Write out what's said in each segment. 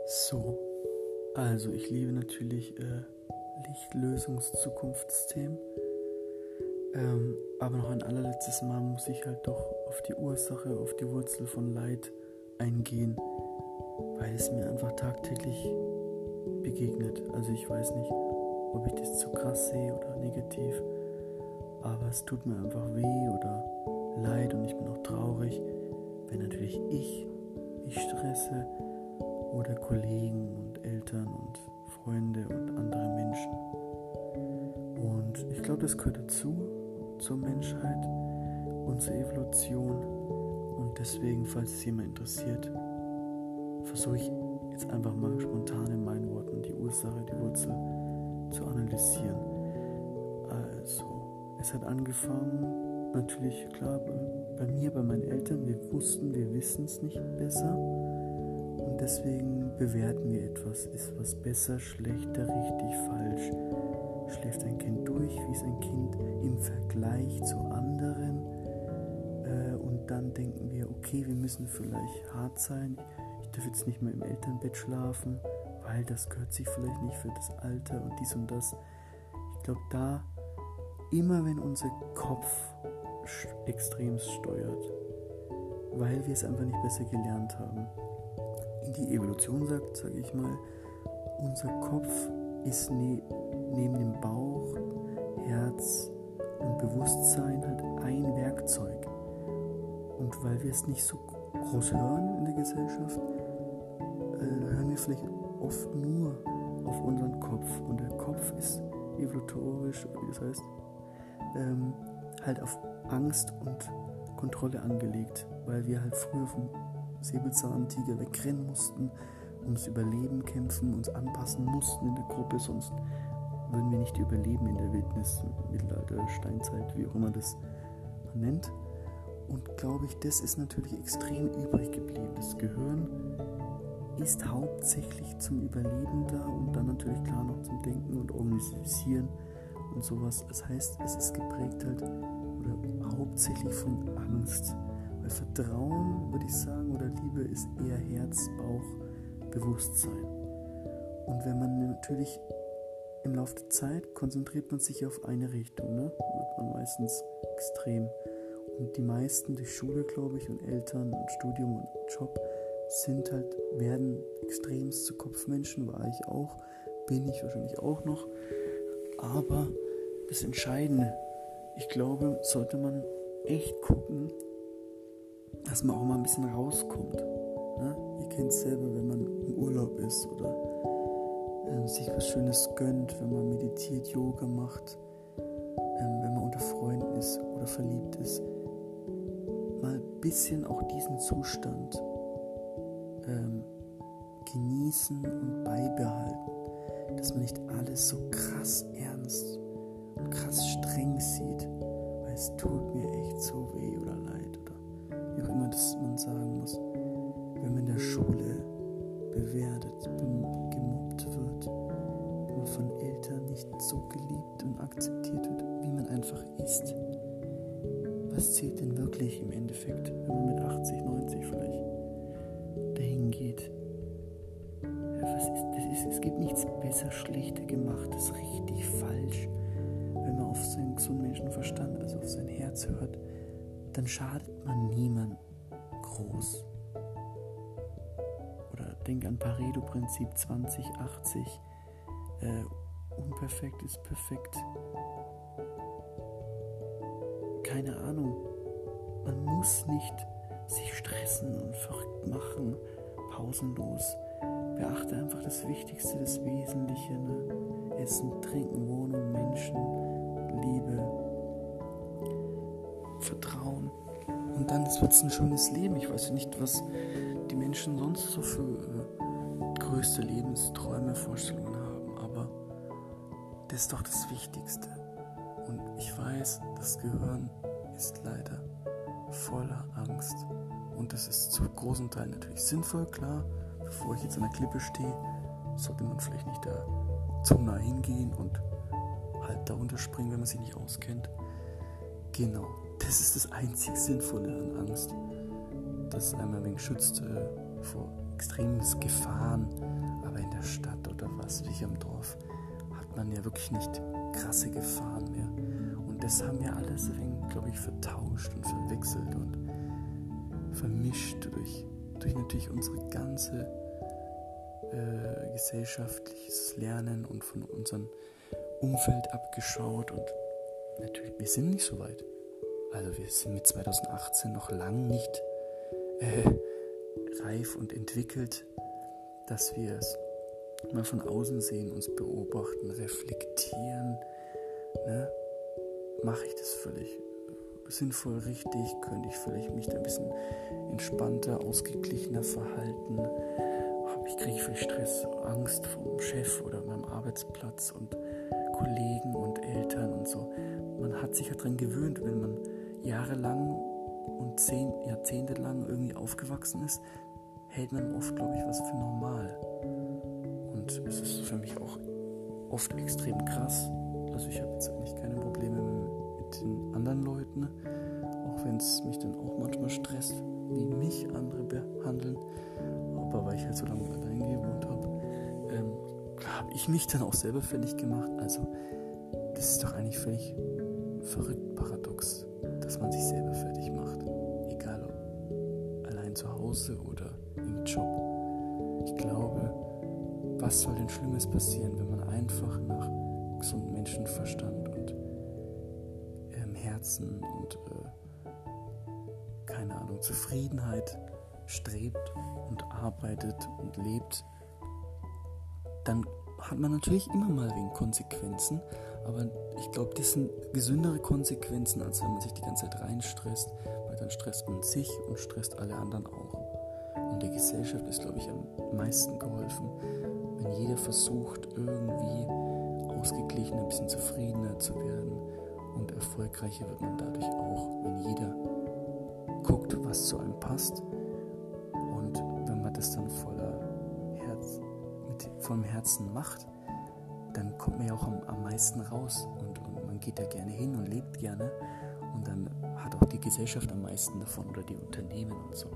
So, also ich liebe natürlich Lichtlösungs-Zukunftsthemen, aber noch ein allerletztes Mal muss ich halt doch auf die Ursache, auf die Wurzel von Leid eingehen, weil es mir einfach tagtäglich begegnet. Also ich weiß nicht, ob ich das zu krass sehe oder negativ, aber es tut mir einfach weh oder leid und ich bin auch traurig, wenn natürlich ich mich stresse oder Kollegen und Eltern und Freunde und andere Menschen. Und ich glaube, das gehört dazu, zur Menschheit und zur Evolution. Und deswegen, falls es jemand interessiert, versuche ich jetzt einfach mal spontan in meinen Worten die Ursache, die Wurzel zu analysieren. Also, es hat angefangen, natürlich klar, bei mir, bei meinen Eltern. Wir wissen es nicht besser. Und deswegen bewerten wir etwas. Ist was besser, schlechter, richtig, falsch? Schläft ein Kind durch? Wie ist ein Kind im Vergleich zu anderen? Und dann denken wir, okay, wir müssen vielleicht hart sein. Ich darf jetzt nicht mehr im Elternbett schlafen, weil das gehört sich vielleicht nicht für das Alter und dies und das. Ich glaube, da immer wenn unser Kopf extrem steuert, weil wir es einfach nicht besser gelernt haben. Die Evolution sagt, sage ich mal, unser Kopf ist neben dem Bauch, Herz und Bewusstsein halt ein Werkzeug. Und weil wir es nicht so groß hören in der Gesellschaft, hören wir vielleicht oft nur auf unseren Kopf. Und der Kopf ist evolutorisch, wie das heißt, halt auf Angst und Kontrolle angelegt, weil wir halt früher vom Säbelzahntiger wegrennen mussten, ums Überleben kämpfen, uns anpassen mussten in der Gruppe, sonst würden wir nicht überleben in der Wildnis, Mittelalter, Steinzeit, wie auch immer das man nennt. Und glaube ich, das ist natürlich extrem übrig geblieben. Das Gehirn ist hauptsächlich zum Überleben da und dann natürlich klar noch zum Denken und Organisieren und sowas. Das heißt, es ist geprägt halt oder hauptsächlich von Angst. Weil Vertrauen, würde ich sagen, oder Liebe ist eher Herz, Bauch, Bewusstsein. Und wenn man natürlich im Laufe der Zeit konzentriert man sich auf eine Richtung, ne? Wird man meistens extrem. Und die meisten durch Schule, glaube ich, und Eltern und Studium und Job werden extremst zu Kopfmenschen, war ich auch, bin ich wahrscheinlich auch noch. Aber das Entscheidende, ich glaube, sollte man echt gucken, dass man auch mal ein bisschen rauskommt. Ne? Ihr kennt es selber, wenn man im Urlaub ist oder sich was Schönes gönnt, wenn man meditiert, Yoga macht, wenn man unter Freunden ist oder verliebt ist. Mal ein bisschen auch diesen Zustand genießen und beibehalten, dass man nicht alles so krass ernst und krass streng sieht, weil es tut mir echt so weh oder leid oder wie auch immer das man sagen muss, wenn man in der Schule bewertet, gemobbt wird, wenn man von Eltern nicht so geliebt und akzeptiert wird, wie man einfach ist. Was zählt denn wirklich im Endeffekt, wenn man mit 80, 90 vielleicht dahin geht? Es gibt nichts besser, schlechter gemachtes, richtig, falsch. Wenn man auf seinen gesunden Menschenverstand, also auf sein Herz hört, dann schadet man niemand groß. Oder denk an Pareto-Prinzip 20-80. Unperfekt ist perfekt. Keine Ahnung. Man muss nicht sich stressen und verrückt machen, pausenlos. Beachte einfach das Wichtigste, das Wesentliche. Ne? Essen, Trinken, Wohnung, Menschen, Liebe, Vertrauen. Und dann wird es ein schönes Leben. Ich weiß nicht, was die Menschen sonst so für größte Lebensträume, Vorstellungen haben. Aber das ist doch das Wichtigste. Und ich weiß, das Gehirn ist leider voller Angst. Und das ist zu großen Teilen natürlich sinnvoll, klar. Bevor ich jetzt an der Klippe stehe, sollte man vielleicht nicht da zu nah hingehen und halt da runterspringen, wenn man sich nicht auskennt. Genau, das ist das einzig Sinnvolle an Angst, dass es einmal ein wenig schützt vor extremes Gefahren, aber in der Stadt oder was wie am Dorf hat man ja wirklich nicht krasse Gefahren mehr. Und das haben wir alles, glaube ich, vertauscht und verwechselt und vermischt durch natürlich unsere ganze gesellschaftliches Lernen und von unserem Umfeld abgeschaut. Und natürlich, wir sind nicht so weit. Also wir sind mit 2018 noch lang nicht reif und entwickelt, dass wir es mal von außen sehen, uns beobachten, reflektieren. Ne? Mache ich das völlig sinnvoll, richtig? Könnte ich vielleicht mich ein bisschen entspannter, ausgeglichener verhalten? Kriege ich vielleicht Stress, Angst vom Chef oder meinem Arbeitsplatz und Kollegen und Eltern und so. Man hat sich ja dran gewöhnt, wenn man jahrelang und Jahrzehnte lang irgendwie aufgewachsen ist, hält man oft, glaube ich, was für normal. Und es ist für mich auch oft extrem krass. Also ich habe jetzt eigentlich keine Probleme mit den anderen Leuten, auch wenn es mich dann auch manchmal stresst, wie mich andere behandeln. Aber weil ich halt so lange allein gewohnt habe ich mich dann auch selber fertig gemacht. Also das ist doch eigentlich völlig verrückt, paradox, dass man sich selber fertig macht. Egal ob allein zu Hause oder im Job. Ich glaube, was soll denn Schlimmes passieren, wenn man einfach nach gesundem Menschenverstand und Herzen und keine Ahnung, Zufriedenheit strebt und arbeitet und lebt, dann hat man natürlich immer mal wegen Konsequenzen, aber ich glaube, das sind gesündere Konsequenzen, als wenn man sich die ganze Zeit reinstresst, weil dann stresst man sich und stresst alle anderen auch. Und der Gesellschaft ist, glaube ich, am meisten geholfen, wenn jeder versucht, irgendwie ausgeglichener, ein bisschen zufriedener zu werden, und erfolgreicher wird man dadurch auch, wenn jeder guckt, was zu einem passt. Und wenn man das dann vollem Herzen macht, dann kommt man ja auch am meisten raus und man geht da gerne hin und lebt gerne, und dann hat auch die Gesellschaft am meisten davon oder die Unternehmen und so.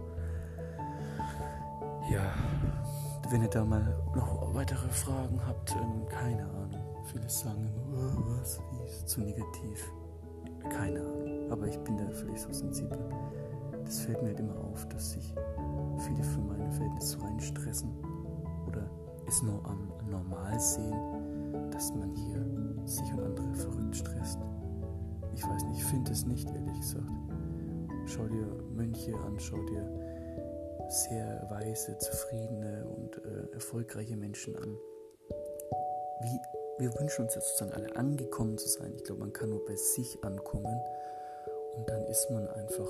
Ja, wenn ihr da mal noch weitere Fragen habt, keine Ahnung. Viele sagen immer, was, wie ist zu negativ. Keine Ahnung, aber ich bin da vielleicht so sensibel. Das fällt mir halt immer auf, dass sich viele für meine Verhältnisse so reinstressen oder es nur am normal sehen, dass man hier sich und andere verrückt stresst. Ich weiß nicht, ich finde es nicht, ehrlich gesagt. Schau dir Mönche an, schau dir sehr weise, zufriedene und erfolgreiche Menschen an. Wir wünschen uns jetzt sozusagen alle angekommen zu sein. Ich glaube, man kann nur bei sich ankommen, und dann ist man einfach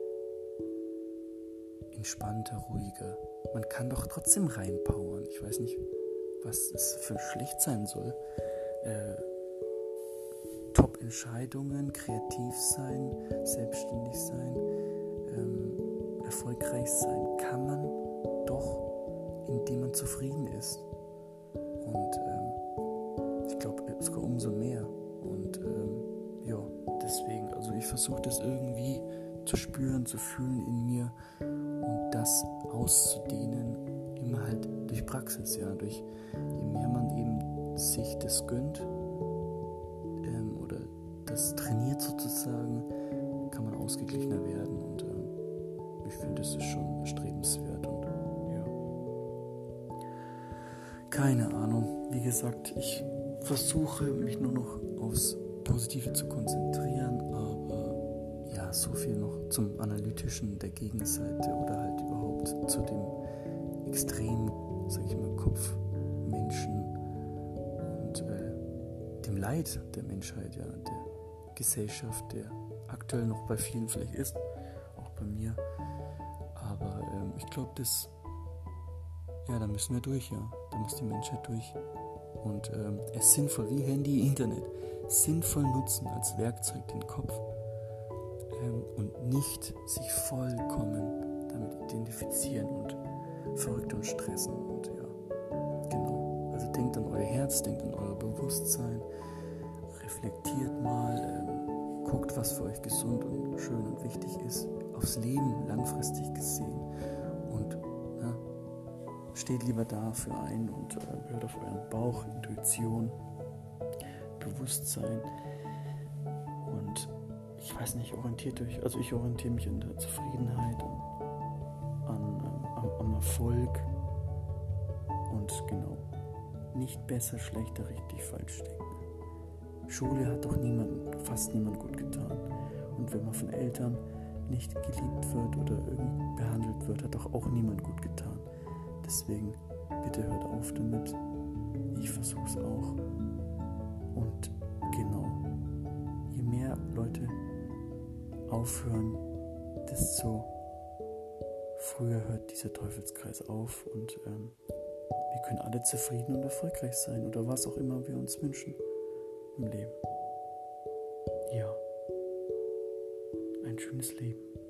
entspannter, ruhiger. Man kann doch trotzdem reinpowern. Ich weiß nicht, was es für schlecht sein soll. Top-Entscheidungen, kreativ sein, selbstständig sein, erfolgreich sein kann man doch, indem man zufrieden ist. Und ich glaube, sogar umso mehr. Und ja, deswegen, also ich versuche das irgendwie zu spüren, zu fühlen in mir und das auszudehnen, immer halt durch Praxis, ja, durch je mehr man eben sich das gönnt oder das trainiert sozusagen, kann man ausgeglichener werden, und ich finde, das ist schon erstrebenswert. Und ja, keine Ahnung, wie gesagt, ich versuche mich nur noch aufs Positive zu konzentrieren, aber ja, so viel noch zum Analytischen der Gegenseite oder halt überhaupt zu dem extremen, sag ich mal, Kopfmenschen und dem Leid der Menschheit, ja, der Gesellschaft, der aktuell noch bei vielen vielleicht ist, auch bei mir. Aber ich glaube, da müssen wir durch, ja. Da muss die Menschheit durch. Und es sinnvoll, wie Handy, Internet, sinnvoll nutzen als Werkzeug den Kopf und nicht sich vollkommen damit identifizieren und verrückt und stressen. Und ja, genau. Also denkt an euer Herz, denkt an euer Bewusstsein, reflektiert mal, guckt, was für euch gesund und schön und wichtig ist, aufs Leben langfristig gesehen. Und steht lieber da für einen und hört auf euren Bauch, Intuition, Bewusstsein und ich weiß nicht, orientiert euch, also ich orientiere mich an der Zufriedenheit, am Erfolg und genau, nicht besser, schlechter, richtig, falsch denken. Schule hat doch fast niemand gut getan. Und wenn man von Eltern nicht geliebt wird oder irgendwie behandelt wird, hat doch auch niemand gut getan. Deswegen, bitte hört auf damit. Ich versuch's auch. Und genau, je mehr Leute aufhören, desto früher hört dieser Teufelskreis auf und wir können alle zufrieden und erfolgreich sein oder was auch immer wir uns wünschen im Leben. Ja, ein schönes Leben.